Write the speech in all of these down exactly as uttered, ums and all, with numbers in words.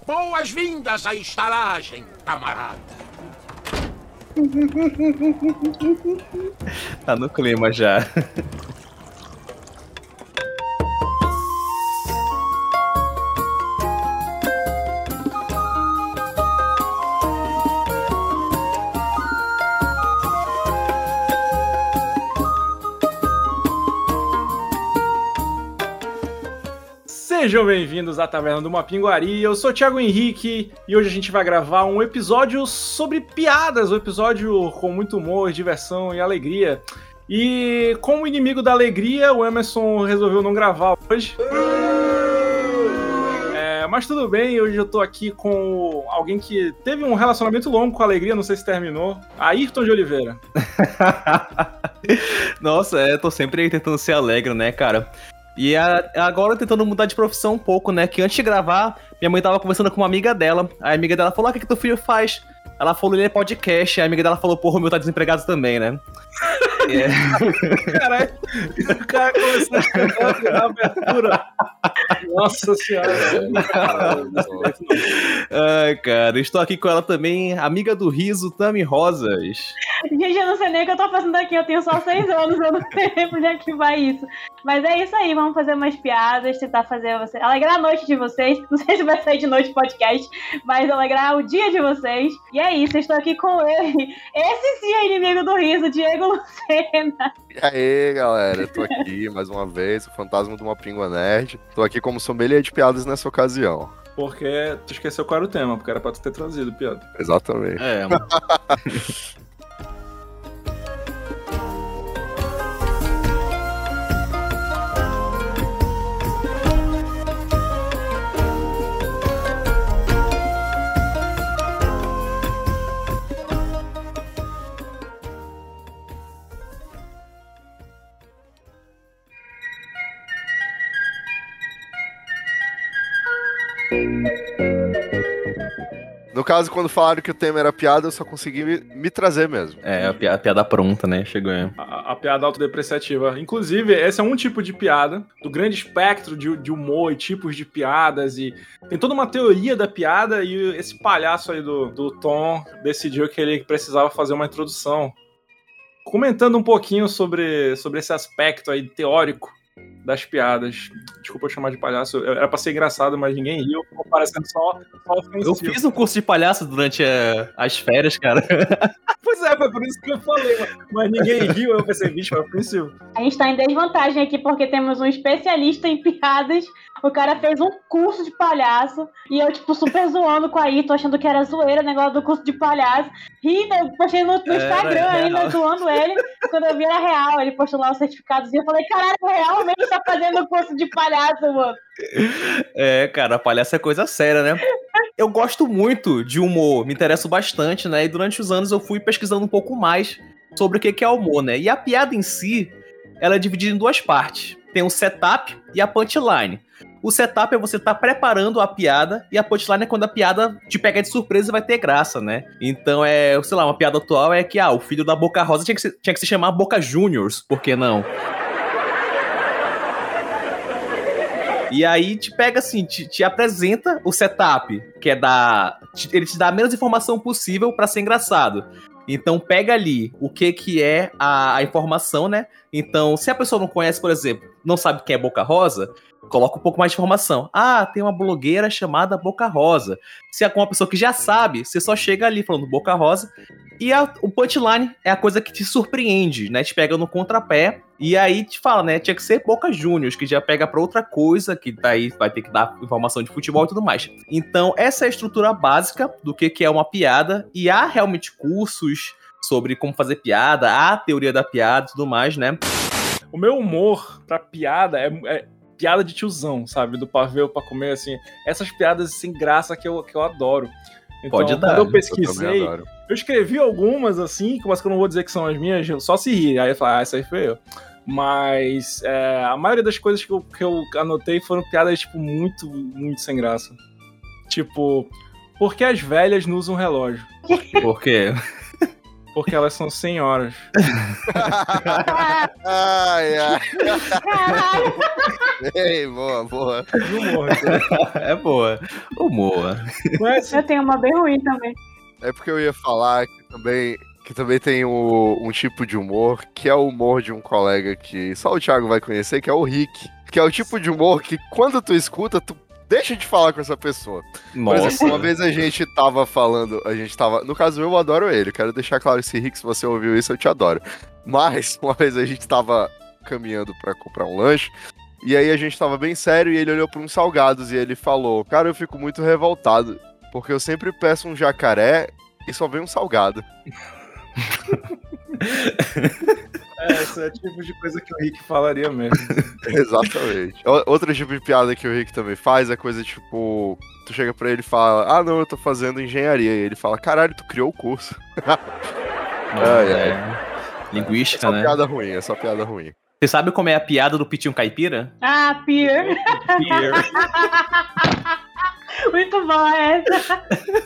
Boas-vindas à estalagem, camarada. Tá no clima já. Sejam bem-vindos à Taverna do Mapinguari, eu sou o Thiago Henrique e hoje a gente vai gravar um episódio sobre piadas, um episódio com muito humor, diversão e alegria. E como inimigo da alegria, o Emerson resolveu não gravar hoje. É, mas tudo bem, hoje eu tô aqui com alguém que teve um relacionamento longo com a alegria, não sei se terminou, Ayrton de Oliveira. Nossa, é, tô sempre tentando ser alegre, né, cara? E a, agora tentando mudar de profissão um pouco, né? Que antes de gravar, minha mãe tava conversando com uma amiga dela. A amiga dela falou, ah, o que, que teu filho faz? Ela falou, ele é podcast. A amiga dela falou, porra, o meu tá desempregado também, né? É. Caralho, o cara começou a escrever na abertura. Nossa senhora. Ai, cara, estou aqui com ela também, amiga do riso, Tami Rosas. Gente, eu não sei nem o que eu tô fazendo aqui, eu tenho só seis anos, eu não sei pra onde é que vai isso. Mas é isso aí, vamos fazer umas piadas, tentar fazer você alegrar a noite de vocês. Não sei se vai sair de noite podcast, mas alegrar o dia de vocês. E é isso, eu estou aqui com ele. Esse sim é inimigo do riso, Diego Lucena. E aí, galera, eu tô aqui mais uma vez, o fantasma do Mapingua Nerd. Tô aqui como sommelier de piadas nessa ocasião. Porque tu esqueceu qual era o tema, porque era pra tu ter trazido piada. Exatamente. É, No caso, quando falaram que o tema era piada, eu só consegui me, me trazer mesmo. é a, pi- a piada pronta, né? Chegou aí. A, a piada autodepreciativa. Inclusive, esse é um tipo de piada, do grande espectro de, de humor e tipos de piadas, e tem toda uma teoria da piada, e esse palhaço aí do, do Tom decidiu que ele precisava fazer uma introdução. Comentando um pouquinho sobre, sobre esse aspecto aí teórico das piadas. Desculpa eu chamar de palhaço, era pra ser engraçado, mas ninguém riu, ficou parecendo só, só ofensivo. Eu fiz um curso de palhaço durante a- as férias, cara. Pois é, foi por isso que eu falei, mas, mas ninguém riu, eu pensei, bicho, foi ofensivo. A gente tá em desvantagem aqui porque temos um especialista em piadas. O cara fez um curso de palhaço e eu, tipo, super zoando com a Ayrton, achando que era zoeira o negócio do curso de palhaço. Rindo, eu postei no, no Era Instagram ainda, real. zoando ele. Quando eu vi era real, ele postou lá os certificados e eu falei, caralho, realmente tá fazendo curso de palhaço, mano. É, cara, palhaço é coisa séria, né? Eu gosto muito de humor, me interesso bastante, né? E durante os anos eu fui pesquisando um pouco mais sobre o que que é humor, né? E a piada em si, ela é dividida em duas partes. Tem o setup e a punchline. O setup é você estar preparando a piada, e a punchline é quando a piada te pega de surpresa e vai ter graça, né? Então é, sei lá, uma piada atual é que, ah, o filho da Boca Rosa tinha que se, tinha que se chamar Boca Juniors, por que não? E aí te pega assim, te, te apresenta o setup, que é da... te- ele te dá a menos informação possível pra ser engraçado. Então pega ali o que que é a, a informação, né? Então, se a pessoa não conhece, por exemplo, não sabe quem é Boca Rosa, coloca um pouco mais de informação. Ah, tem uma blogueira chamada Boca Rosa. Se é com uma pessoa que já sabe, você só chega ali falando Boca Rosa. E a- o punchline é a coisa que te surpreende, né? Te pega no contrapé. E aí te fala, né? Tinha que ser Boca Juniors, que já pega pra outra coisa, que daí vai ter que dar informação de futebol e tudo mais. Então, essa é a estrutura básica do que que é uma piada. E há realmente cursos sobre como fazer piada, há teoria da piada e tudo mais, né? O meu humor pra piada é, é piada de tiozão, sabe? Do pavê pra comer, assim. Essas piadas sem graça que eu, que eu adoro. Então, Pode dar, quando eu Eu pesquisei, também eu, adoro. escrevi algumas, assim, mas que eu não vou dizer que são as minhas, só se rir. Aí eu falo, ah, essa aí foi eu. Mas é, a maioria das coisas que eu, que eu anotei foram piadas, tipo, muito, muito sem graça. Tipo, por que as velhas não usam relógio? Por quê? Porque elas são senhoras. Ai, ai. Caralho. Ei, boa, boa. Humor. É boa. Humor. Conhece? Eu tenho uma bem ruim também. É porque eu ia falar que também, que também tem o, um tipo de humor, que é o humor de um colega que só o Thiago vai conhecer, que é o Rick. Que é o tipo de humor que quando tu escuta, tu deixa de falar com essa pessoa. Por Nossa. exemplo, uma vez a gente tava falando, a gente tava... No caso, eu adoro ele, quero deixar claro esse Rick, se você ouviu isso, eu te adoro. Mas, uma vez a gente tava caminhando pra comprar um lanche, e aí a gente tava bem sério, e ele olhou pra uns salgados, e ele falou, cara, eu fico muito revoltado, porque eu sempre peço um jacaré e só vem um salgado. É, esse é o tipo de coisa que o Rick falaria mesmo. Exatamente. O- Outro tipo de piada que o Rick também faz é coisa tipo... Tu chega pra ele e fala, ah não, eu tô fazendo engenharia. E ele fala, caralho, tu criou o curso. Ai, ai. É. Linguística, É só né? piada ruim, é só piada ruim. Você sabe como é a piada do Pitinho Caipira? Ah, Pier. Muito bom essa.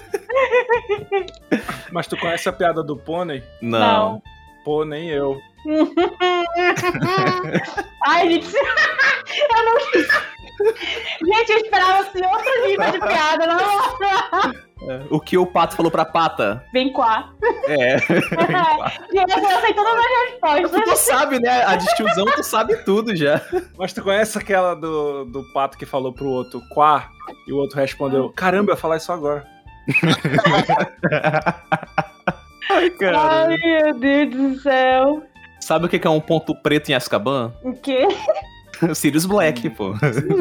Mas tu conhece a piada do pônei? Não. Pô, nem eu. Ai, gente. Eu não. Gente, eu esperava assim outro nível de piada, não. O que o pato falou pra pata? Vem cá. É. Gente, eu sei todas as respostas. Tu sabe, né? A de tiozão, tu sabe tudo já. Mas tu conhece aquela do, do pato que falou pro outro, quá? E o outro respondeu, caramba, eu ia falar isso agora. Ai, cara. Ai, meu Deus do céu. Sabe o que é um ponto preto em Azkaban? O quê? Sirius Black, pô.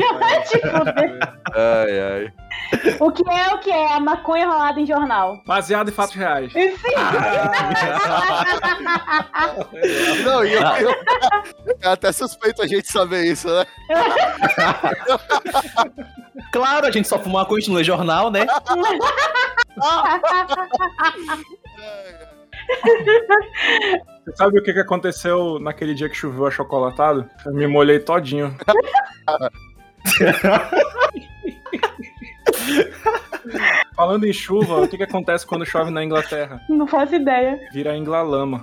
Ai, ai. O que é o que é? A maconha enrolada em jornal. Baseado em fatos reais. Sim. Não, e eu, eu, é até suspeito a gente saber isso, né? Claro, a gente só fuma maconha, a gente não lê jornal, né? Você sabe o que, que aconteceu naquele dia que choveu achocolatado? Eu me molhei todinho. Falando em chuva, o que, que acontece quando chove na Inglaterra? Não faço ideia. Vira Inglalama.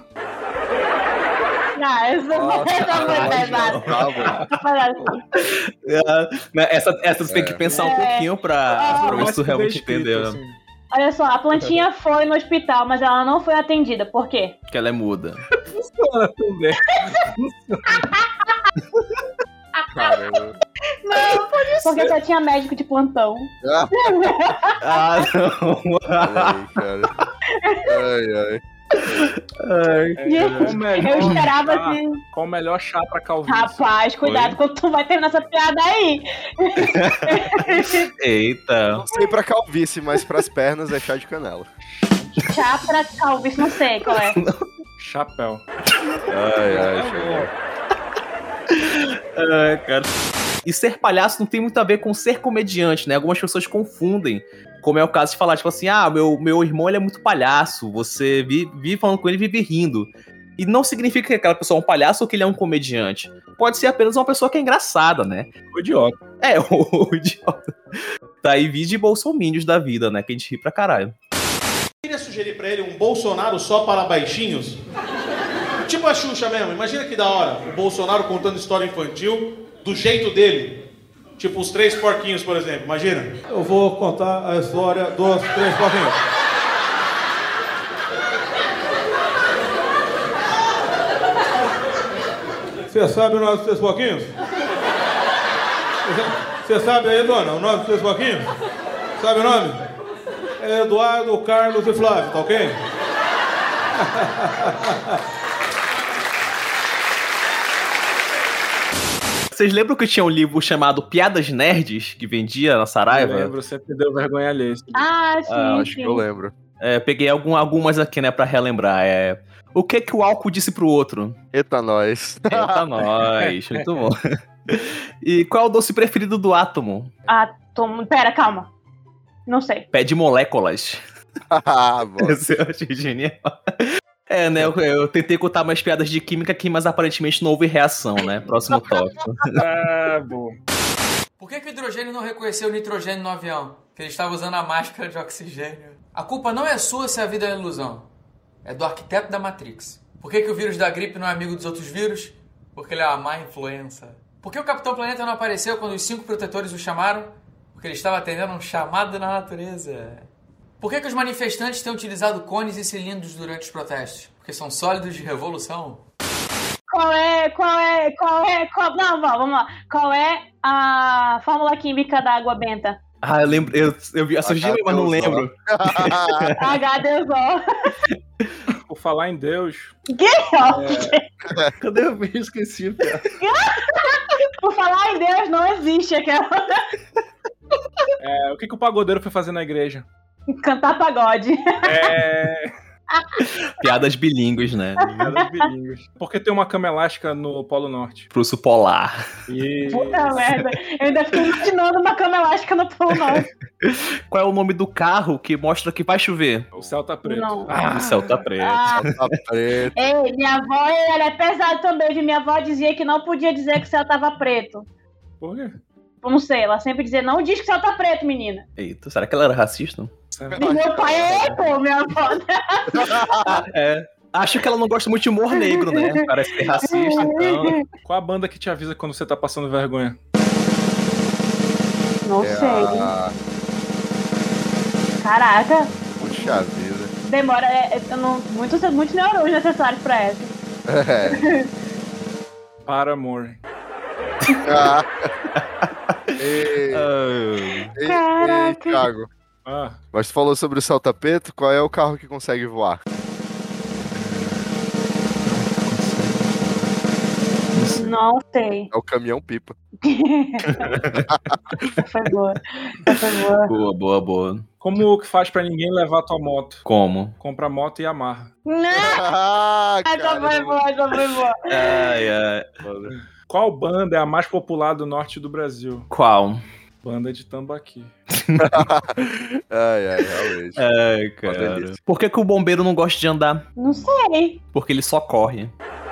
Ah, essa não Nossa, é caralho, pesada. tá bom. É, Essa, essas tem que pensar um É. pouquinho pra, pra ver Mas se tu tudo é realmente escrito, entendeu. assim. Olha só, a plantinha foi no hospital, mas ela não foi atendida. Por quê? Que ela é muda. Funciona também. Caramba. Porque só tinha médico de plantão. Ah, não. Olha aí, cara. Ai, ai. Qual o melhor Eu esperava chá- assim. Qual o melhor chá pra calvície? Rapaz, cuidado Oi? quando tu vai terminar essa piada aí. Eita. Não sei pra calvície, mas pras pernas é chá de canela. Chá pra calvície, não sei qual é. Chapéu. Ai, ai, chegou. Ai, cara. E ser palhaço não tem muito a ver com ser comediante, né? Algumas pessoas confundem. Como é o caso de falar, tipo assim, ah, meu, meu irmão ele é muito palhaço, você vive, vive falando com ele e vive rindo. E não significa que aquela pessoa é um palhaço ou que ele é um comediante. Pode ser apenas uma pessoa que é engraçada, né? O idiota. É, o idiota. Tá aí vídeo bolsomínios da vida, né? Que a gente ri pra caralho. Queria sugerir pra ele um Bolsonaro só para baixinhos. Tipo a Xuxa mesmo, imagina que da hora. O Bolsonaro contando história infantil do jeito dele. Tipo os três porquinhos, por exemplo, imagina. Eu vou contar a história dos três porquinhos. Você sabe o nome dos três porquinhos? Você sabe aí, dona, o nome dos três porquinhos? Sabe o nome? É Eduardo, Carlos e Flávio, tá ok? Vocês lembram que tinha um livro chamado Piadas Nerds, que vendia na Saraiva? Eu lembro, sempre deu vergonha alheia. Ah, sim, Ah, Acho sim. que eu lembro. É, peguei algum, algumas aqui, né, pra relembrar. É, o que que o álcool disse pro outro? Eita, nós. Eita, nós. Muito bom. E qual é o doce preferido do átomo? Átomo. Pera, calma. Não sei. Pé de moléculas. Ah, bom. Esse eu achei genial. É, né, eu, eu tentei contar umas piadas de química aqui, mas aparentemente não houve reação, né? Próximo tópico. Ah, boa. Por que, que o hidrogênio não reconheceu o nitrogênio no avião? Porque ele estava usando a máscara de oxigênio. A culpa não é sua se a vida é ilusão. É do arquiteto da Matrix. Por que, que o vírus da gripe não é amigo dos outros vírus? Porque ele é uma má influência. Por que o Capitão Planeta não apareceu quando os cinco protetores o chamaram? Porque ele estava atendendo um chamado na natureza. Por que, que os manifestantes têm utilizado cones e cilindros durante os protestos? Porque são sólidos de revolução. Qual é, qual é, qual é, qual... Não, vamos lá. Qual é a fórmula química da água benta? Ah, eu lembro, eu, eu vi a surgir, mas não lembro. H dois O. Por falar em Deus... Que? É... Cadê eu vi? Esqueci, cara. Por falar em Deus, não existe aquela... É, o que, que o pagodeiro foi fazer na igreja? Cantar pagode. É... Piadas bilíngues, né? Piadas bilíngues. Porque tem uma cama elástica no Polo Norte. Pro urso polar. E... Puta merda. Eu ainda fiquei imaginando uma cama elástica no Polo Norte. Qual é o nome do carro que mostra que vai chover? O céu tá preto. Não. Ah, o céu tá preto. Ah. Tá preto. Ei, minha avó, ela é pesada também, viu? Minha avó dizia que não podia dizer que o céu tava preto. Por quê? Eu não sei, ela sempre dizia, não diz que o céu tá preto, menina. Eita, será que ela era racista? E meu pai é, pô, minha avó. É. Acho que ela não gosta muito de humor negro, né? Parece ser racista, então... Qual a banda que te avisa quando você tá passando vergonha? Não É sei. a... Caraca. Puxa vida. Demora, é, é, eu não, muitos, muitos neurônios necessários pra essa. É. Para, amor. Ah. Ei, Ah, ei, Caraca. ei, Thiago. Ah, Mas tu falou sobre o céu tapete, qual é o carro que consegue voar? Não sei. É o caminhão pipa. Foi boa. Foi boa. boa, boa, boa. como que faz pra ninguém levar tua moto? Como? Compra a moto e amarra. Não! Ah, Essa foi boa, essa foi boa. Ai, ai. Qual banda é a mais popular do norte do Brasil? Qual? Banda de Tambaqui. ai, ai, realmente. Ai, Uma cara. delícia. Por que, que o bombeiro não gosta de andar? Não sei. Porque ele só corre.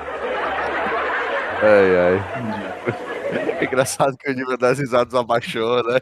Ai, ai. É engraçado que o nível das risadas abaixou, né?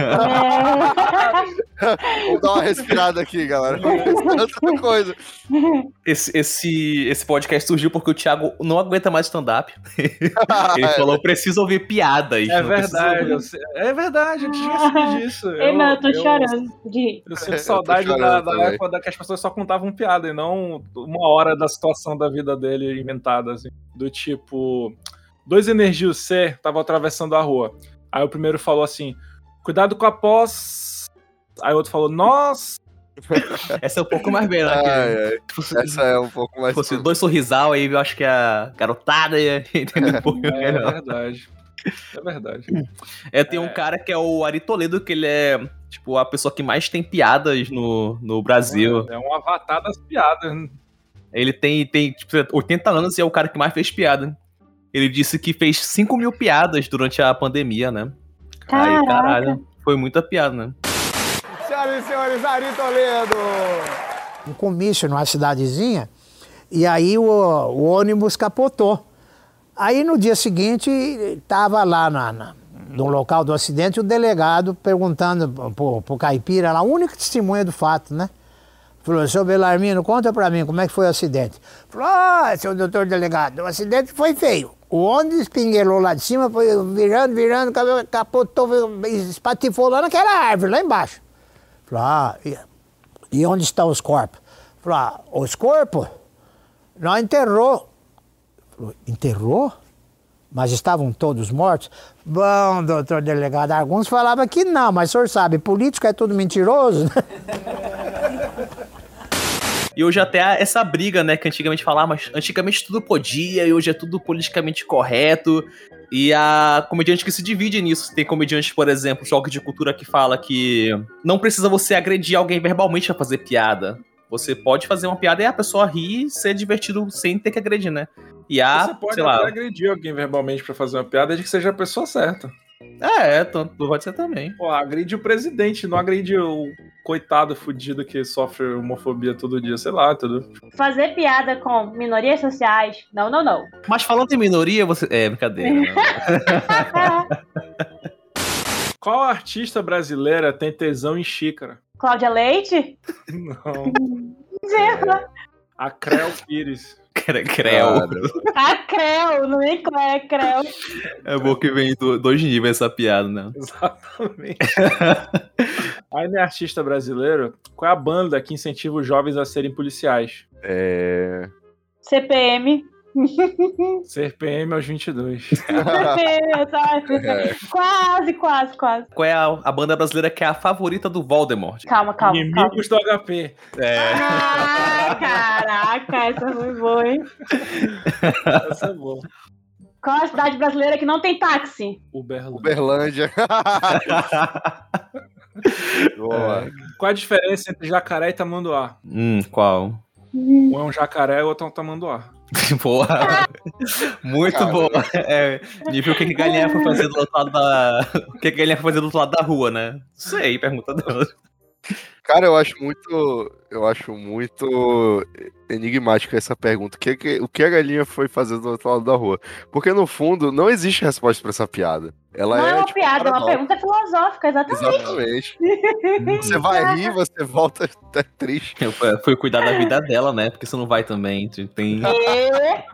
É. Vamos dar uma respirada aqui, galera. Vamos pensar em outra coisa. Esse, esse, esse podcast surgiu porque o Thiago não aguenta mais stand-up. Ele falou, preciso ouvir piadas. É não preciso verdade, eu ouvir- sei- é verdade, eu tinha esquecido disso. Ei, mas eu tô chorando de rir. Eu Eu sinto tô saudade da, chorando da também. época da que as pessoas só contavam piada e não uma hora da situação da vida dele inventada, assim. Do tipo, dois energias C estavam atravessando a rua. Aí o primeiro falou assim, cuidado com a pós. Aí o outro falou, nossa. Essa é um pouco mais bem, né? Ai, ai. Se fosse, Essa é um pouco mais. se fosse dois sorrisal, aí eu acho que a garotada ia entender um pouco É melhor. verdade. É verdade. É, tem um cara que é o Ari Toledo, que ele é, tipo, a pessoa que mais tem piadas no, no Brasil. É um avatar das piadas. Ele tem, tem tipo, oitenta anos e é o cara que mais fez piada. Ele disse que fez cinco mil piadas durante a pandemia, né? Aí, Caraca. caralho, foi muita piada, né? Senhoras e senhores, Ari Toledo! Um comício numa cidadezinha, e aí o, o ônibus capotou. Aí no dia seguinte, estava lá na, na, no local do acidente o delegado perguntando pro, pro caipira, lá, a única testemunha do fato, né? Falou, seu Belarmino, conta pra mim como é que foi o acidente. Falou, ah, seu doutor delegado, o acidente foi feio. O ônibus espinguelou lá de cima, foi virando, virando, capotou, espatifou lá naquela árvore, lá embaixo. Falou, ah, e, e onde estão os corpos? Falou, ah, os corpos? Nós enterrou. Falou, enterrou? Mas estavam todos mortos? Bom, doutor delegado, alguns falavam que não, mas o senhor sabe, político é tudo mentiroso, né? E hoje até há essa briga, né, que antigamente falava, mas antigamente tudo podia e hoje é tudo politicamente correto. E há comediante que se divide nisso. Tem comediante, por exemplo, Choque de Cultura, que fala que não precisa você agredir alguém verbalmente pra fazer piada. Você pode fazer uma piada e a pessoa rir e ser divertido sem ter que agredir, né? E há, Você pode sei até lá... agredir alguém verbalmente pra fazer uma piada desde que seja a pessoa certa. É, é, tanto pode ser também. Pô, agride o presidente, não agride o coitado fudido que sofre homofobia todo dia, sei lá, tudo. Fazer piada com minorias sociais, não, não, não. Mas falando em minoria, você... É, brincadeira. Né? Qual artista brasileira tem tesão em xícara? Cláudia Leite? Não. Zerra. A Creu Pires. Cre- Creu. Ah, Creu, não é Creu, é Creu. É bom que vem do, dois níveis essa piada, né? Exatamente. Aí, né, artista brasileiro, qual é a banda que incentiva os jovens a serem policiais? É... C P M. Ser P M aos vinte e dois. C P M, sabe? É. Quase, quase, quase. Qual é a, a banda brasileira que é a favorita do Voldemort? Calma, calma, calma. Inimigos do H P. É. Ah, caraca, essa foi boa, hein? Essa é boa. Qual a cidade brasileira que não tem táxi? Uberlândia. Uberlândia. Boa. Qual a diferença entre jacaré e tamanduá? hum, qual? Um é um jacaré e o outro é um tamanduá. Boa. Muito Cara. boa. É, nível o que que galinha foi fazer do outro lado da. O que que galinha foi fazer do outro lado da rua, né? Sei, pergunta dela. Cara, eu acho muito. Eu acho muito enigmática essa pergunta. O que, que- o que a galinha foi fazer do outro lado da rua? Porque no fundo não existe resposta pra essa piada. Ela Não é, é, uma tipo, piada, é uma paradoxo. pergunta filosófica, exatamente. Exatamente. Você vai rir, você volta até triste. Eu fui- fui cuidar da vida dela, né? Porque você não vai também. Tem... É.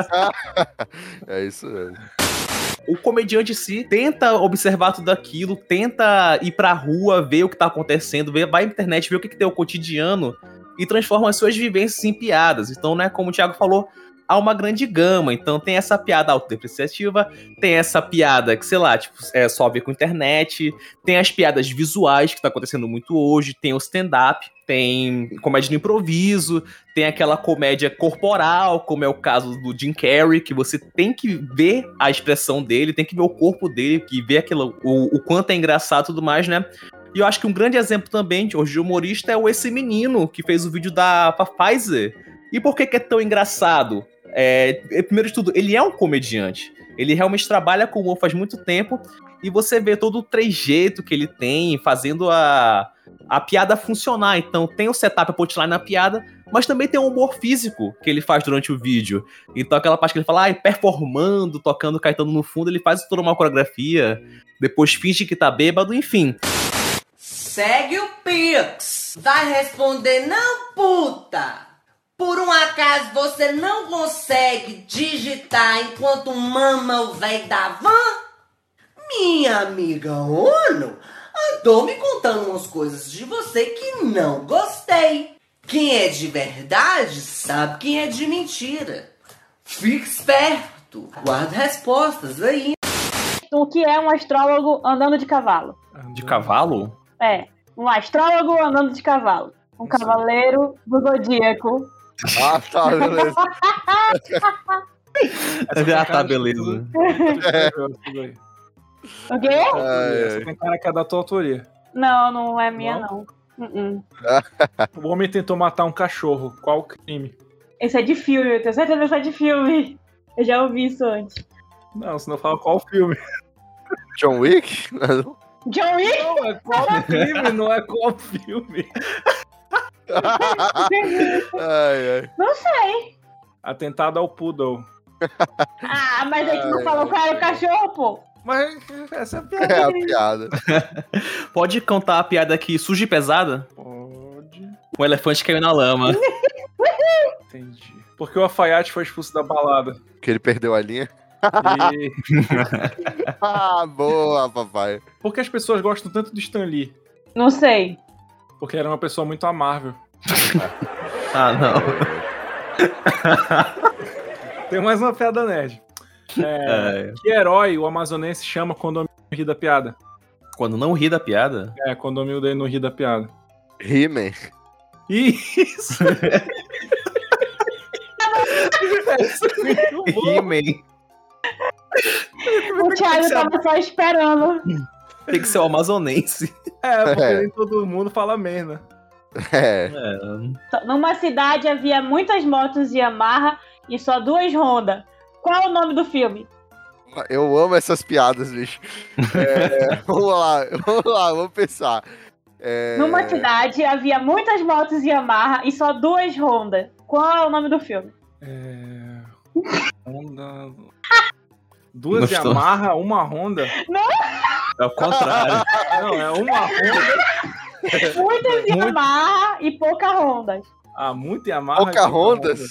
É isso mesmo. O comediante em si tenta observar tudo aquilo, tenta ir pra rua, ver o que tá acontecendo, ver, vai na internet, ver o que, que tem o cotidiano e transforma as suas vivências em piadas. Então, né, como o Thiago falou, há uma grande gama. Então tem essa piada autodepreciativa, tem essa piada que, sei lá, tipo, é só ver com internet, tem as piadas visuais que tá acontecendo muito hoje, tem o stand-up, tem comédia no improviso, tem aquela comédia corporal, como é o caso do Jim Carrey, que você tem que ver a expressão dele, tem que ver o corpo dele, que ver aquilo, o, o quanto é engraçado e tudo mais, né? E eu acho que um grande exemplo também de hoje de humorista é o Esse Menino, que fez o vídeo da Pfizer. E por que que é tão engraçado? É, primeiro de tudo, ele é um comediante. Ele realmente trabalha com humor faz muito tempo. E você vê todo o trejeito que ele tem, fazendo a, a piada funcionar. Então tem o setup, a punchline na piada, mas também tem o humor físico que ele faz durante o vídeo. Então aquela parte que ele fala, ah, performando, tocando Caetano no fundo, ele faz toda uma coreografia, depois finge que tá bêbado, enfim. Segue o Pix. Vai responder não, puta. Por um acaso você não consegue digitar enquanto mama o velho da van? Minha amiga Ono andou me contando umas coisas de você que não gostei. Quem é de verdade sabe quem é de mentira. Fique esperto. Guarda respostas aí. O que é um astrólogo andando de cavalo? De cavalo? É, um astrólogo andando de cavalo. Um cavaleiro do zodíaco. Ah, tá, beleza. Ah, tá, beleza. O quê? Ai, Essa tem cara que é da tua autoria. Não, não é minha, não. Uh-uh. O homem tentou matar um cachorro. Qual o crime? Esse é de filme, eu tenho certeza que esse é de filme. Eu já ouvi isso antes. Não, você não fala qual filme. John Wick? John Wick? Não, é qual crime, não é qual filme. Ai, ai. Não sei. Atentado ao Poodle. Ah, mas a gente não Ai, falou ai. qual era o cachorro, pô. Mas essa é a piada. É a piada. Pode contar a piada aqui suja e pesada? Pode. O elefante caiu na lama. Entendi. Porque o alfaiate foi expulso da balada. Que ele perdeu a linha. E... Ah, boa, papai. Por que as pessoas gostam tanto de Stan Lee? Não sei. Porque era uma pessoa muito amável. Ah, não. Tem mais uma piada nerd. É, É, que herói o amazonense chama quando o amigo ri da piada? quando não ri da piada? É, quando o amigo dele não ri da piada. He-Man. Isso! Essa é muito boa. He-Man. O Thiago tava só esperando. Tem que ser o amazonense. É, porque É. nem todo mundo fala merda. É. É. Numa cidade havia muitas motos Yamaha e só duas Honda. Qual é o nome do filme? Eu amo essas piadas, bicho. É, vamos lá, vamos lá, vamos pensar. É, Numa cidade havia muitas motos Yamaha e só duas Honda. Qual é o nome do filme? É... Honda... Duas Gostou? Yamaha, uma Honda. É o contrário. Não, é uma Honda. Muitas Yamaha e pouca Honda. Ah, muito em amarra. Pocahontas?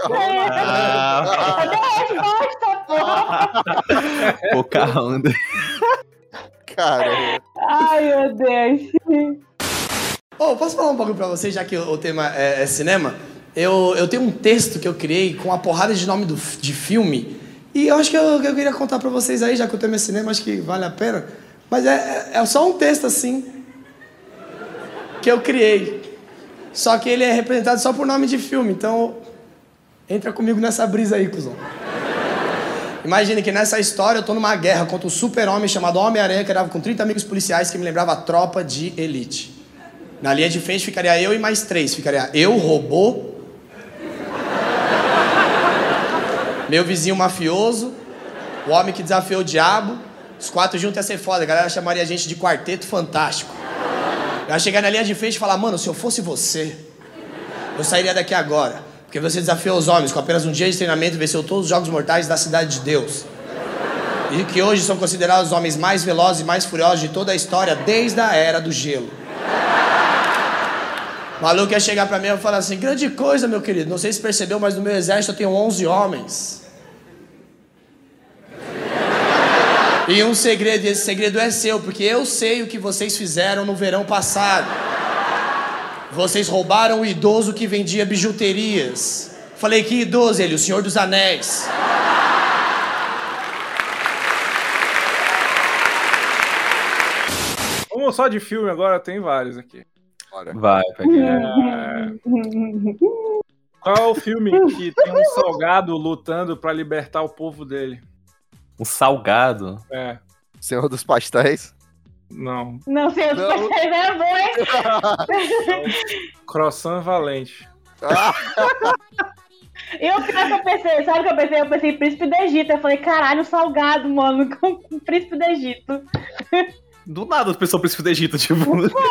Cadê a resposta, porra? Pocahontas. Cara. Ai, meu Deus. Ô, oh, posso falar um pouco pra vocês, já que o, o tema é, é cinema? Eu, eu tenho um texto que eu criei com uma porrada de nome do, de filme. E eu acho que eu, eu queria contar pra vocês aí, já que o tema é cinema, acho que vale a pena. Mas é, é só um texto assim que eu criei. Só que ele é representado só por nome de filme, então entra comigo nessa brisa aí, cuzão. Imagine que nessa história eu tô numa guerra contra um super-homem chamado Homem-Aranha, que andava com trinta amigos policiais que me lembrava a tropa de elite. Na linha de frente ficaria eu e mais três. Ficaria eu, robô, meu vizinho mafioso, o homem que desafiou o diabo. Os quatro juntos ia ser foda, a galera chamaria a gente de Quarteto Fantástico. Eu ia chegar na linha de frente e falar, mano, se eu fosse você, eu sairia daqui agora. Porque você desafiou os homens com apenas um dia de treinamento e venceu todos os jogos mortais da Cidade de Deus. E que hoje são considerados os homens mais velozes e mais furiosos de toda a história, desde a Era do Gelo. O maluco ia chegar pra mim e falar assim, grande coisa, meu querido, não sei se percebeu, mas no meu exército eu tenho onze homens. E um segredo, e esse segredo é seu, porque eu sei o que vocês fizeram no verão passado. Vocês roubaram o idoso que vendia bijuterias. Falei, que idoso? Ele, o Senhor dos Anéis. Vamos só de filme agora, tem vários aqui. Vai, pegar. É... Qual é o filme que tem um salgado lutando pra libertar o povo dele? Um salgado? É. Senhor dos Pastéis? Não. Não sei, os pastéis é bom, hein? Croissant Valente. Eu, pior que eu pensei, sabe o que eu pensei? Eu pensei Príncipe do Egito. Eu falei, caralho, salgado, mano, com o Príncipe do Egito. Do nada, as pessoas Príncipe do Egito, tipo...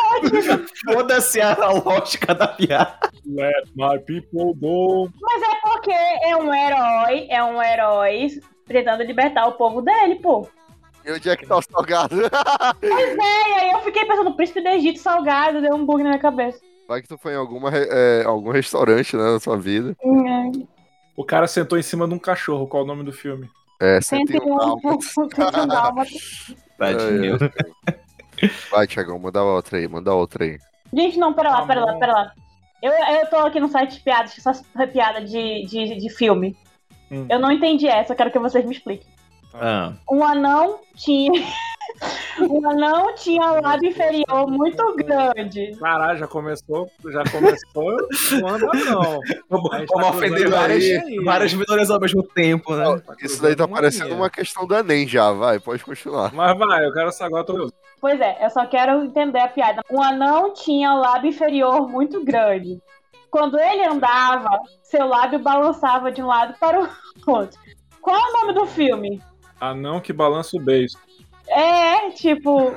Foda-se a lógica da piada. Let my people go. Mas é porque é um herói, é um herói tentando libertar o povo dele, pô. E onde é que tá o salgado? Pois é, e aí eu fiquei pensando, Príncipe do Egito, salgado, deu um bug na minha cabeça. Vai que tu foi em alguma, é, algum restaurante, né, na sua vida. Hum, O cara sentou em cima de um cachorro. Qual é o nome do filme? É, cento e um dálmatas. Tadinho. Vai, Thiagão, manda outra aí, manda outra aí. Gente, não, pera lá, pera lá, pera lá. Eu, eu tô aqui no site de piadas, só piada de, de, de filme. Hum. Eu não entendi essa, eu quero que vocês me expliquem. Ah. Um anão tinha... um anão tinha um lábio inferior muito grande. Caralho, já começou, já começou, não anda não. Vamos ofender várias, várias minorias ao mesmo tempo, né? Não, isso daí tá parecendo uma questão do Enem já, vai, pode continuar. Mas vai, eu quero saber agora. Tô... Pois é, eu só quero entender a piada. Um anão tinha um lábio inferior muito grande. Quando ele andava, seu lábio balançava de um lado para o outro. Qual é o nome do filme? Anão que balança o beijo. É, tipo...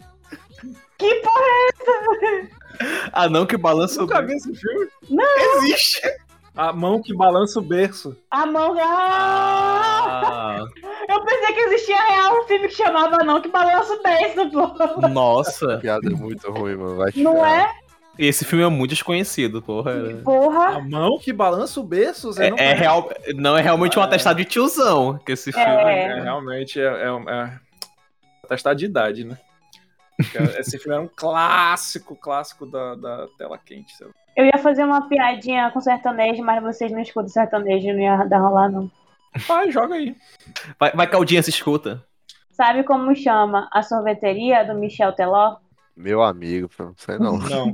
Que porra é essa? Ah, não, que balança o Nunca vi esse filme? Não! Existe! A mão que balança o berço. A mão... Ah! Eu pensei que existia real um filme que chamava Anão que balança o beijo, pô. Nossa! A piada é muito ruim, mano. Vai te Não ferrar. é? Esse filme é muito desconhecido, porra. Porra! A mão que balança o berço? Você É, não é real, não é realmente um atestado de tiozão que esse filme. É, realmente é, é, é atestado de idade, né? Esse filme era um clássico, clássico da, da tela quente. Sabe? Eu ia fazer uma piadinha com sertanejo, mas vocês não escutam sertanejo, não ia dar rolar, não. Vai, joga aí. Vai, vai Caldinha, se escuta. Sabe como chama a sorveteria do Michel Teló? Meu amigo, não sei não. Não.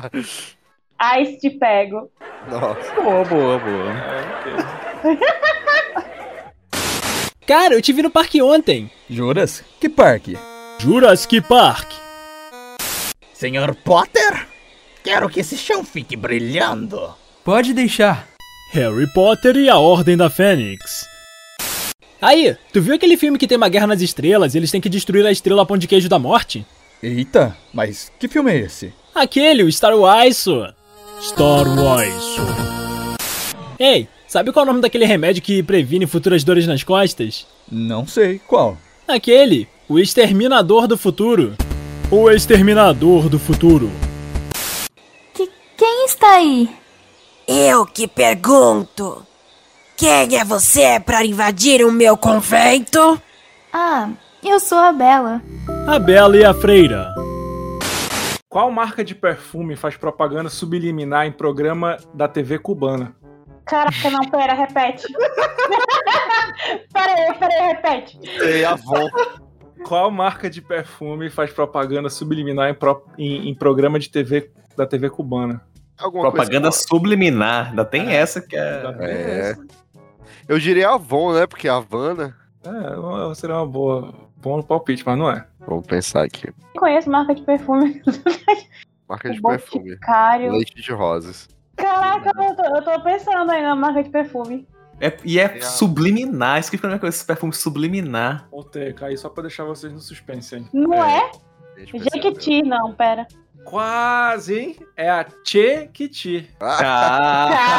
Ice te pego. Nossa. Boa, boa, boa. É, okay. Cara, eu te vi no parque ontem. Juras? Que parque? Jurassic Park. Senhor Potter? Quero que esse chão fique brilhando. Pode deixar. Harry Potter e a Ordem da Fênix. Aí, tu viu aquele filme que tem uma guerra nas estrelas e eles têm que destruir a estrela Pão de Queijo da Morte? Eita, mas que filme é esse? Aquele, o Star Wars. Star Wars. Ei, sabe qual é o nome daquele remédio que previne futuras dores nas costas? Não sei, qual? Aquele, o Exterminador do Futuro. O Exterminador do Futuro. Que, quem está aí? Eu que pergunto. Quem é você para invadir o meu convento? Ah, eu sou a Bela. A Bela e a Freira. Qual marca de perfume faz propaganda subliminar em programa da T V cubana? Caraca, não, pera, repete. Pera aí, pera aí, repete. Sei, Avon. Qual marca de perfume faz propaganda subliminar em, pro, em, em programa de T V da T V cubana? Alguma Propaganda coisa... subliminar. Ainda tem é. essa que é... é. Eu diria Avon, né? Porque Havana... É, seria uma boa... Bom palpite, mas não é. Vamos pensar aqui. Eu conheço marca de perfume. Marca de o perfume. Boticário. Leite de rosas. Caraca, eu tô, eu tô pensando aí na marca de perfume. É, e é, é subliminar. Isso que foi uma coisa, esse perfume subliminar. Voltei, caí só pra deixar vocês no suspense, hein? Não é? é? Jequiti, não, pera. Quase, hein? É a Jequiti. Ah.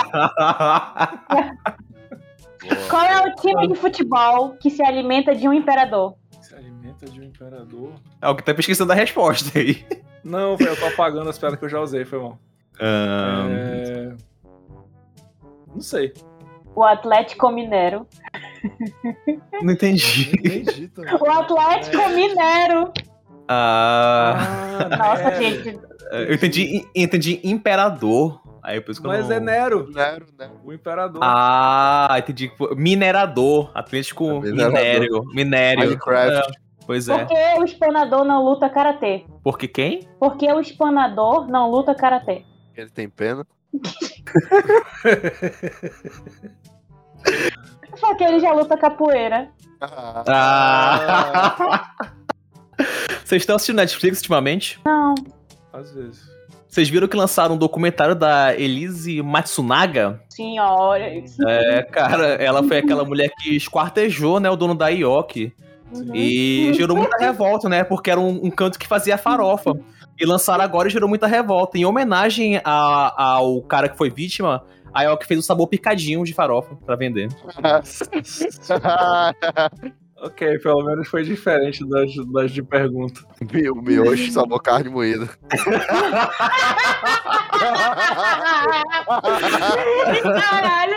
Qual é o time de futebol que se alimenta de um imperador? Se alimenta de um imperador? É o que tá pesquisando a resposta aí. Não, eu tô apagando as piadas que eu já usei, foi bom. Um... É... Não sei. O Atlético Mineiro. Não entendi. Não entendi também. O Atlético é. Mineiro. Ah. ah Nossa, é. gente. Eu entendi, entendi imperador. Aí por isso que Mas eu não... é Nero. Nero, Nero. O imperador. Ah, entendi. Minerador. Atlético é minério. Minério. Minecraft. É. Pois é. Por que o espanador não luta karatê? Porque quem? Porque o espanador não luta karatê. Ele tem pena? Porque ele já luta capoeira. Ah. Vocês estão assistindo Netflix ultimamente? Não. Às vezes. Vocês viram que lançaram um documentário da Elise Matsunaga? Senhora. É, cara, ela foi aquela mulher que esquartejou, né, o dono da Ioki. Uhum. E gerou muita revolta, né? Porque era um, um canto que fazia farofa. E lançaram agora e gerou muita revolta. Em homenagem a, ao cara que foi vítima, a Ioki fez o sabor picadinho de farofa pra vender. Ok, pelo menos foi diferente das, das de pergunta. O miojo sabor carne moída. Caralho.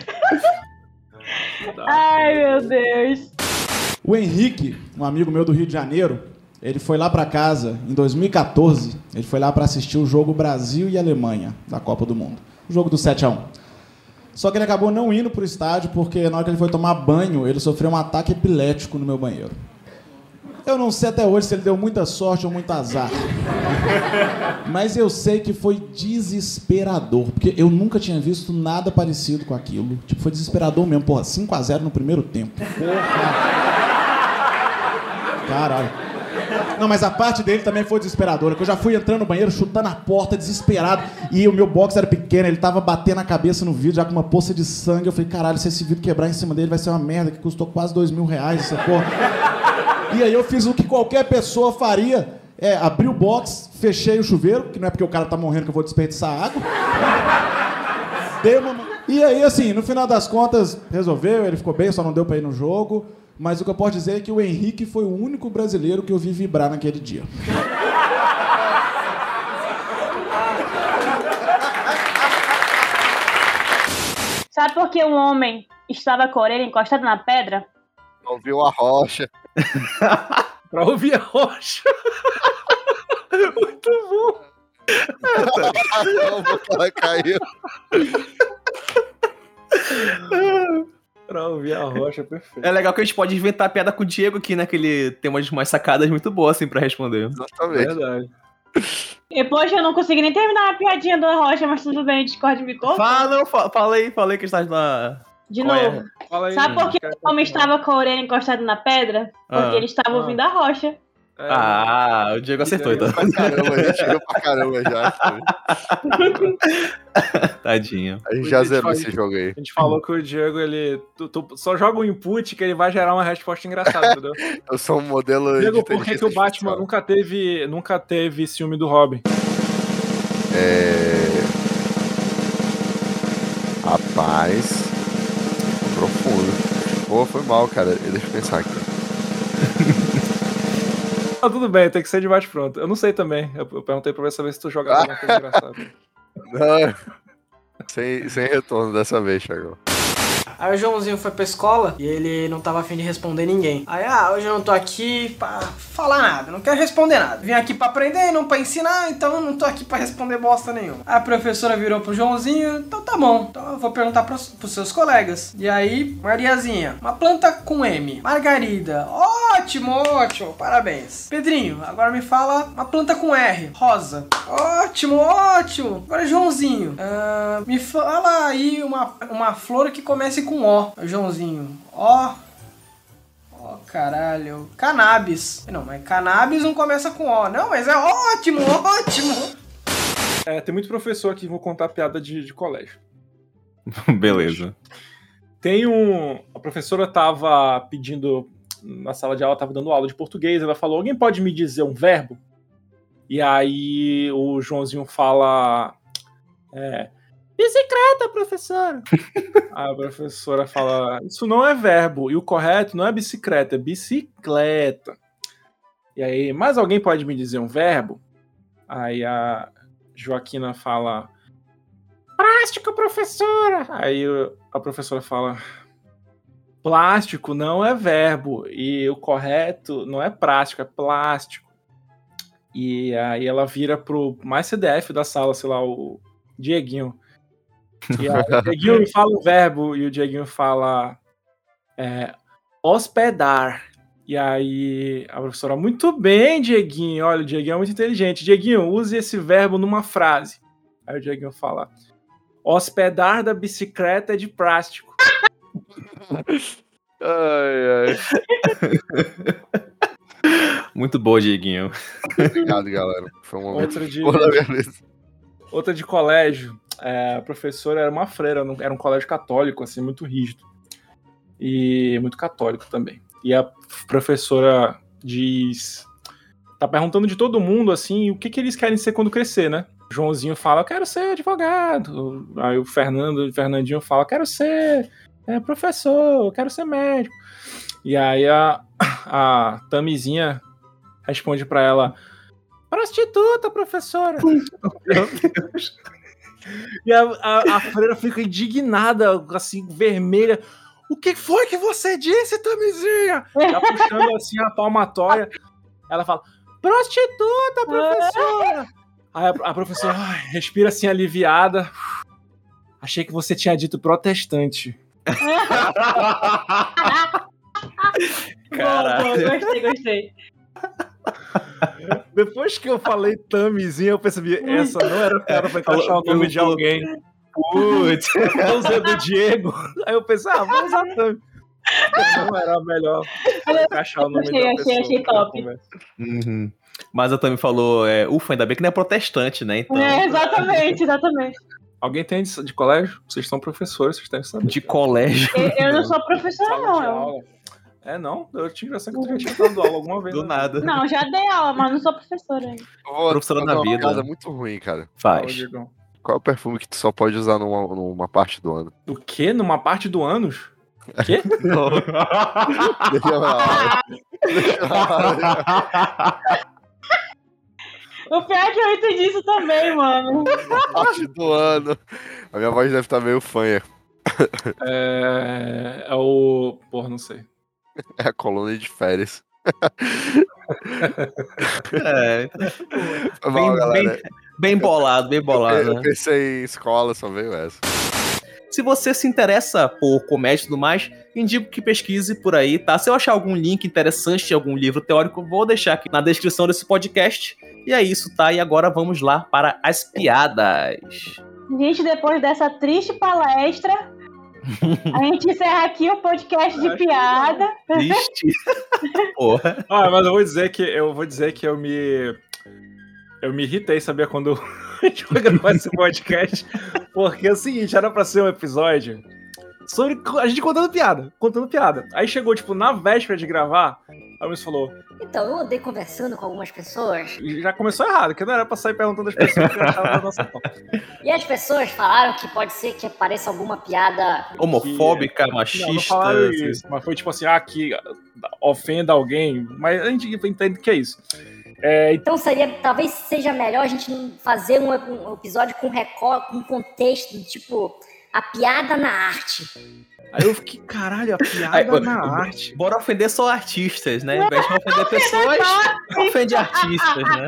Ai, meu Deus. O Henrique, um amigo meu do Rio de Janeiro, ele foi lá pra casa em dois mil e quatorze. Ele foi lá pra assistir o jogo Brasil e Alemanha da Copa do Mundo. O jogo do sete a um. Só que ele acabou não indo pro estádio porque na hora que ele foi tomar banho, ele sofreu um ataque epilético no meu banheiro. Eu não sei até hoje se ele deu muita sorte ou muito azar. Mas eu sei que foi desesperador, porque eu nunca tinha visto nada parecido com aquilo. Tipo, foi desesperador mesmo. Porra, cinco a zero no primeiro tempo. Porra. Caralho. Não, mas a parte dele também foi desesperadora, que eu já fui entrando no banheiro, chutando a porta, desesperado, e o meu box era pequeno, ele tava batendo a cabeça no vidro, já com uma poça de sangue. Eu falei, caralho, se esse vidro quebrar em cima dele vai ser uma merda, que custou quase dois mil reais essa porra. E aí eu fiz o que qualquer pessoa faria, é, abri o box, fechei o chuveiro, que não é porque o cara tá morrendo que eu vou desperdiçar água. Dei uma... E aí, assim, no final das contas, resolveu, ele ficou bem, só não deu pra ir no jogo. Mas o que eu posso dizer é que o Henrique foi o único brasileiro que eu vi vibrar naquele dia. Sabe por que um homem estava com a orelha encostada na pedra? Ouviu a rocha. Pra ouvir a rocha. Muito bom. Ela caiu. Pra ouvir a rocha, perfeito. É legal que a gente pode inventar piada com o Diego aqui, né? Que ele tem umas, umas sacadas muito boas, assim, pra responder. Exatamente. Verdade. E, poxa, eu não consegui nem terminar a piadinha da rocha, mas tudo bem, Discord me corta. Fala, não, fa falei, falei que está na... De Qual novo. é? Fala aí, Sabe por que o homem estava com a orelha encostada na pedra? Porque Ah. ele estava Ah. ouvindo a rocha. É, Ah, o Diego acertou, então. Pra caramba, a gente chegou pra caramba já. Tadinho. A gente já zerou esse jogo aí. A gente falou que o Diego, ele tu, tu só joga um input que ele vai gerar uma resposta engraçada, entendeu? Eu sou um modelo Diego, de por que, que o Batman nunca teve, nunca teve ciúme do Robin? É... Rapaz... Profundo. Pô, foi mal, cara. Deixa eu pensar aqui. Ah, tudo bem, tem que ser de bate-pronto. Eu não sei também. Eu, eu perguntei pra ver saber se tu jogava alguma coisa engraçada. Não. Sem, sem retorno dessa vez, Thiago. Aí o Joãozinho foi pra escola e ele não tava afim de responder ninguém. Aí, ah, hoje eu não tô aqui pra falar nada, não quero responder nada. Vim aqui pra aprender, não pra ensinar, então eu não tô aqui pra responder bosta nenhuma. Aí a professora virou pro Joãozinho, então tá bom, então eu vou perguntar pros, pros seus colegas. E aí, Mariazinha, uma planta com M. Margarida, ótimo, ótimo, parabéns. Pedrinho, agora me fala uma planta com R. Rosa, ótimo, ótimo. Agora Joãozinho, uh, me fala aí uma, uma flor que comece com O, Joãozinho. Ó. Ó, caralho. Cannabis. Não, mas cannabis não começa com O. Não, mas é ótimo, ótimo. É, tem muito professor aqui que vão contar piada de, de colégio. Beleza. Tem um... A professora tava pedindo... Na sala de aula, tava dando aula de português. Ela falou, alguém pode me dizer um verbo? E aí o Joãozinho fala... É... Bicicleta, professora. A professora fala, isso não é verbo, e o correto não é bicicleta, é bicicleta. E aí, mais alguém pode me dizer um verbo? Aí a Joaquina fala, plástico, professora. Aí a professora fala, plástico não é verbo, e o correto não é prático, é plástico. E aí ela vira pro mais C D F da sala, sei lá, o Dieguinho. E aí, o Dieguinho fala o verbo e o Dieguinho fala é, hospedar. E aí a professora, muito bem, Dieguinho. Olha, o Dieguinho é muito inteligente. Dieguinho, use esse verbo numa frase. Aí o Dieguinho fala, hospedar da bicicleta é de plástico. Ai, ai. Muito boa, Dieguinho. Obrigado, galera. Foi um momento Outra de, de... outra de colégio. É, a professora era uma freira, era um colégio católico, assim, muito rígido. E muito católico também. E a professora diz... Tá perguntando de todo mundo, assim, o que, que eles querem ser quando crescer, né? O Joãozinho fala, eu quero ser advogado. Aí o Fernando, o Fernandinho fala, quero ser é, professor, eu quero ser médico. E aí a, a Tamizinha responde pra ela, prostituta, professora. Meu Deus. E a, a, a freira fica indignada, assim, vermelha. O que foi que você disse, Tamizinha? Ela puxando assim a palmatória. Ela fala, prostituta, professora. Aí a, a professora ai, respira assim, aliviada. Achei que você tinha dito protestante. Caralho. Boa, boa, gostei, gostei. Depois que eu falei Tamizinha, eu percebi, essa não era piada pra encaixar o nome de alguém. Putz, eu usei do Diego. Aí eu pensei, ah, vou usar Tami. Não era melhor encaixar o nome achei, da achei, pessoa. achei top. Uhum. Mas a Tami falou, é, ufa, ainda bem que não é protestante, né? Então... É, exatamente, exatamente. Alguém tem de, de colégio? Vocês são professores, vocês devem saber. De colégio? Eu, eu não sou professora, Sala não. de aula. É, não? Eu tinha a impressão que tu já tinha dado aula alguma vez. Do né? nada. Não, já dei aula, mas não sou professora ainda. Professora na vida. Uma muito ruim, cara. Faz. Qual é o perfume que tu só pode usar numa, numa parte do ano? O quê? Numa parte do ânus? O quê? Deixa eu falar. Deixa eu falar. O pior é que eu entendi isso também, mano. Parte do ano. A minha voz deve estar meio fanha. É... é o... Porra, não sei. É a colônia de férias. É. Foi Bem, mal, galera. bem, bem bolado, bem bolado. Eu, eu né? pensei em escola, só veio essa. Se você se interessa por comédia e tudo mais, indico que pesquise por aí, tá? Se eu achar algum link interessante de algum livro teórico, vou deixar aqui na descrição desse podcast. E é isso, tá? E agora vamos lá para as piadas. Gente, depois dessa triste palestra, a gente encerra aqui o podcast de piada. Triste. Porra. Ah, mas eu vou dizer que eu vou dizer que eu me eu me irritei, sabia, quando a gente foi gravar esse podcast, porque é o seguinte, era pra ser um episódio sobre a gente contando piada, contando piada. Aí chegou, tipo, na véspera de gravar, a Luiz falou... Então, eu andei conversando com algumas pessoas. E já começou errado, que não era pra sair perguntando às pessoas o que achavam da nossa pauta. E as pessoas falaram que pode ser que apareça alguma piada... Homofóbica, que... machista... Não, não falaram assim. isso, mas foi tipo assim, ah, que ofenda alguém, mas a gente entende que é isso. É, Então seria, talvez seja melhor a gente fazer um, um episódio com recorte, com contexto, tipo, a piada na arte. Aí eu fiquei, caralho, a piada Aí, na b- arte. Bora ofender só artistas, né? Em vez de ofender pessoas, ofende artistas, né?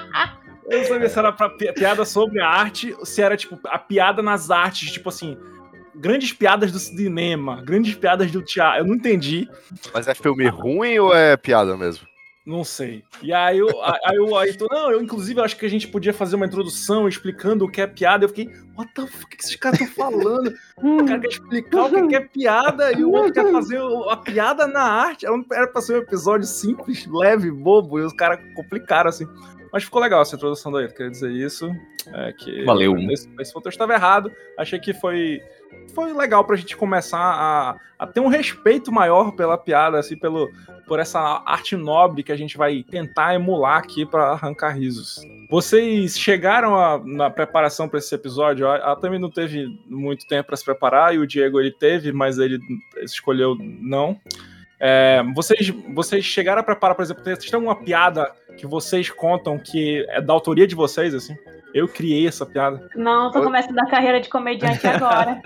Eu não sabia se era pra pi- piada sobre a arte, ou se era, tipo, a piada nas artes, tipo assim, grandes piadas do cinema, grandes piadas do teatro. Eu não entendi. Mas é filme ruim ou é piada mesmo? Não sei. E aí eu, aí eu, aí eu, não, eu inclusive acho que a gente podia fazer uma introdução explicando o que é piada. Eu fiquei, what the fuck, o que esses caras estão falando? O cara quer explicar o que é piada e o outro quer fazer o- a piada na arte. Era pra ser um episódio simples, leve, bobo, e os caras complicaram assim. Mas ficou legal essa introdução daí, eu queria dizer isso. É que Valeu. Nesse, nesse ponto eu estava errado. Achei que foi, foi legal pra gente começar a, a ter um respeito maior pela piada, assim, pelo, por essa arte nobre que a gente vai tentar emular aqui pra arrancar risos. Vocês chegaram a- na preparação pra esse episódio? A, a Tami não teve muito tempo pra se preparar e o Diego ele teve, mas ele escolheu não. É, vocês, vocês chegaram a preparar, por exemplo, vocês têm alguma piada que vocês contam que é da autoria de vocês, assim? Eu criei essa piada. Não, tô começando a carreira de comediante agora.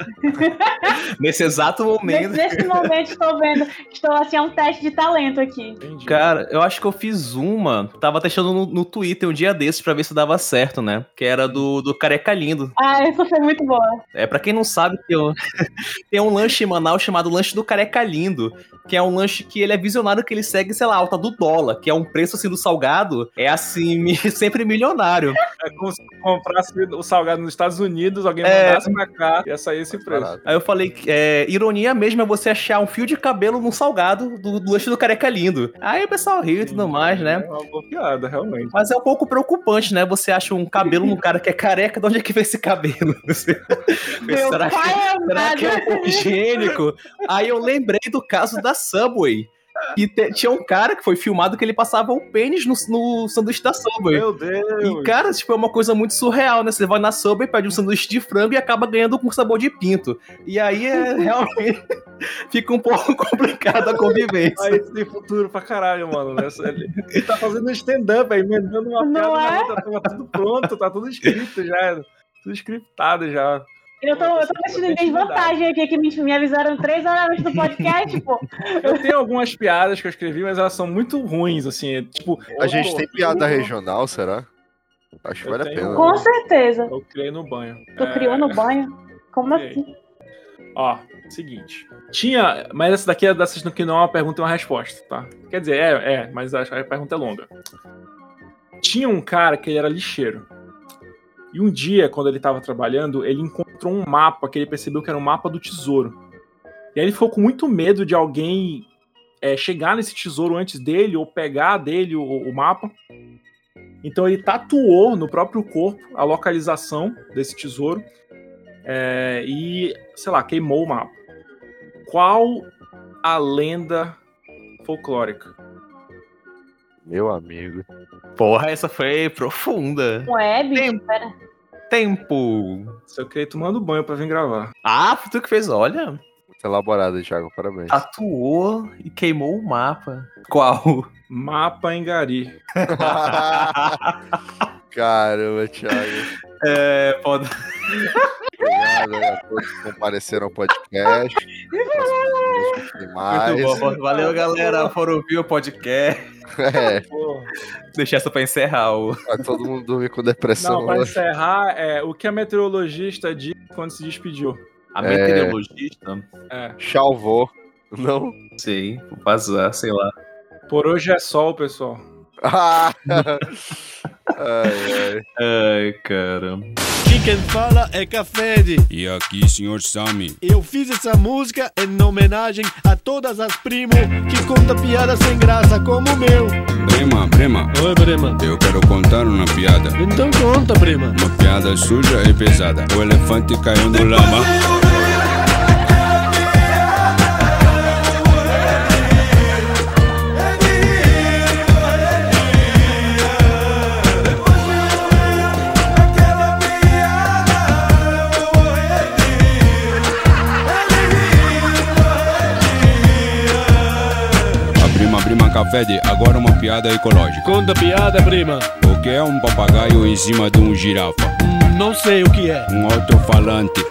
Nesse exato momento. Nesse, nesse momento estou vendo, estou assim, é um teste de talento aqui. Cara, eu acho que eu fiz uma. Tava testando no, no Twitter um dia desses pra ver se dava certo, né? Que era do, do Careca Lindo. Ah, essa foi muito boa. É, pra quem não sabe, tem um, tem um lanche em Manaus chamado Lanche do Careca Lindo, que é um lanche que ele é visionário, que ele segue, sei lá, a alta do dólar, que é um preço, assim, do salgado, é, assim, mi- sempre milionário. É como se comprasse o salgado nos Estados Unidos, alguém É. mandasse pra cá, ia sair esse preço. Aí eu falei, que, é, ironia mesmo é você achar um fio de cabelo num salgado do, do lanche do Careca Lindo. Aí o pessoal riu e tudo mais, né? É uma boa piada, realmente. Mas é um pouco preocupante, né? Você acha um cabelo num cara que é careca, de onde é que vem esse cabelo? Você- Meu será que, pai é será que é um pouco higiênico? Aí eu lembrei do caso da Subway. Que te- tinha um cara que foi filmado que ele passava o pênis no, no sanduíche da Subway. Meu Deus! E, cara, tipo, é uma coisa muito surreal, né? Você vai na Subway, pede um sanduíche de frango e acaba ganhando com sabor de pinto. E aí, é, realmente, fica um pouco complicado a convivência. Aí tem futuro pra caralho, mano. Né? Ele, ele tá fazendo um stand-up aí, emendando uma piada Não na é? outra, tava tudo pronto, tá tudo escrito já. Tudo scriptado já. Eu tô, eu tô me sentindo em desvantagem aqui, que me, me avisaram três horas antes do podcast, pô. Eu tenho algumas piadas que eu escrevi, mas elas são muito ruins, assim. é, Tipo, A gente pô, tem piada eu- regional, será? Acho que Eu vale a tenho- pena. Com certeza. Eu criei no banho. Tu É, criou no banho? Como criei. assim? Ó, seguinte. Tinha. Mas essa daqui é dessas no que não é uma pergunta e uma resposta, tá? Quer dizer, é, é, mas a, a pergunta é longa. Tinha um cara que ele era lixeiro. E um dia, quando ele tava trabalhando, ele encontrou um mapa que ele percebeu que era um mapa do tesouro. E aí ele ficou com muito medo de alguém é, chegar nesse tesouro antes dele ou pegar dele o, o mapa. Então ele tatuou no próprio corpo a localização desse tesouro é, e, sei lá, queimou o mapa. Qual a lenda folclórica? Meu amigo. Porra, essa foi profunda. Ué, bicho, pera. Tempo. Se eu queria tomando banho pra vir gravar. Ah, foi tu que fez, olha. Muito elaborado, Thiago, parabéns. Tatuou e queimou o mapa. Qual? Mapa em Gari. Caramba, Thiago. É, pode. Obrigado aí a todos que compareceram ao podcast. Tem mais. Muito bom. Valeu, galera. Foram ouvir o podcast. É, Deixar essa pra encerrar. O... pra todo mundo dormir com depressão. Não, pra hoje. encerrar, é, o que a meteorologista disse quando se despediu? A É. meteorologista? É. Chalvou. Não? Sei, vou passar, sei lá. Por hoje é sol, pessoal. Ah! ai, ai. Ai, caramba. Aqui quem fala é Cafede. E aqui, senhor Sami. Eu fiz essa música em homenagem a todas as primos que contam piadas sem graça como o meu. Prima, prima. Oi, prima. Eu quero contar uma piada. Então conta, prima. Uma piada suja e pesada. O elefante caiu no lama. Café, agora uma piada ecológica. Conta piada, prima. O que é um papagaio em cima de um girafa? Hum, não sei o que é. Um alto-falante.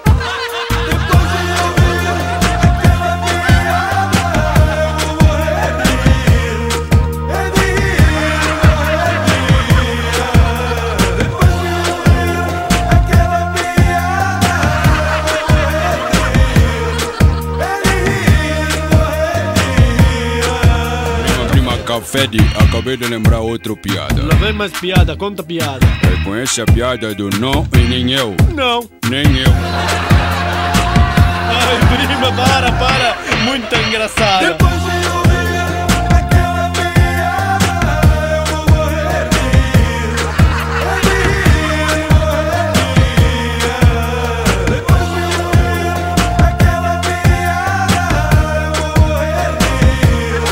Café, acabei de lembrar outra piada. Lá vem mais piada, conta piada. Reconhece a piada do não e nem eu? Não. Nem eu. Ai, prima, para, para. Muito engraçada. Depois de ouvir aquela piada, eu vou morrer de rir. De rir, morrer de rir. Depois de ouvir aquela piada, eu vou morrer de rir.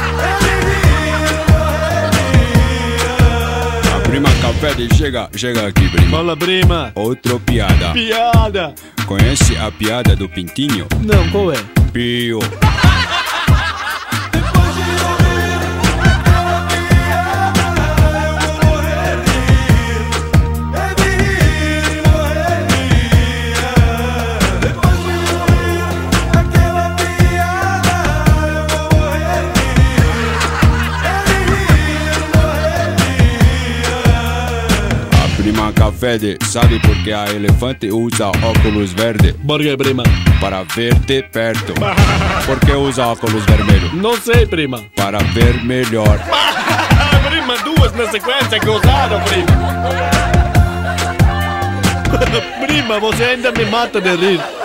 Prima Café, chega, chega aqui, prima. Fala, prima. Outra piada. Piada. Conhece a piada do pintinho? Não, qual é? Pio. Café, sabe por que a elefante usa óculos verde? Por que, prima? Para ver-te perto. Por que usa óculos vermelhos? Não sei, prima. Para ver melhor. Prima, duas na sequência, gozaram, prima. Prima, você ainda me mata de rir.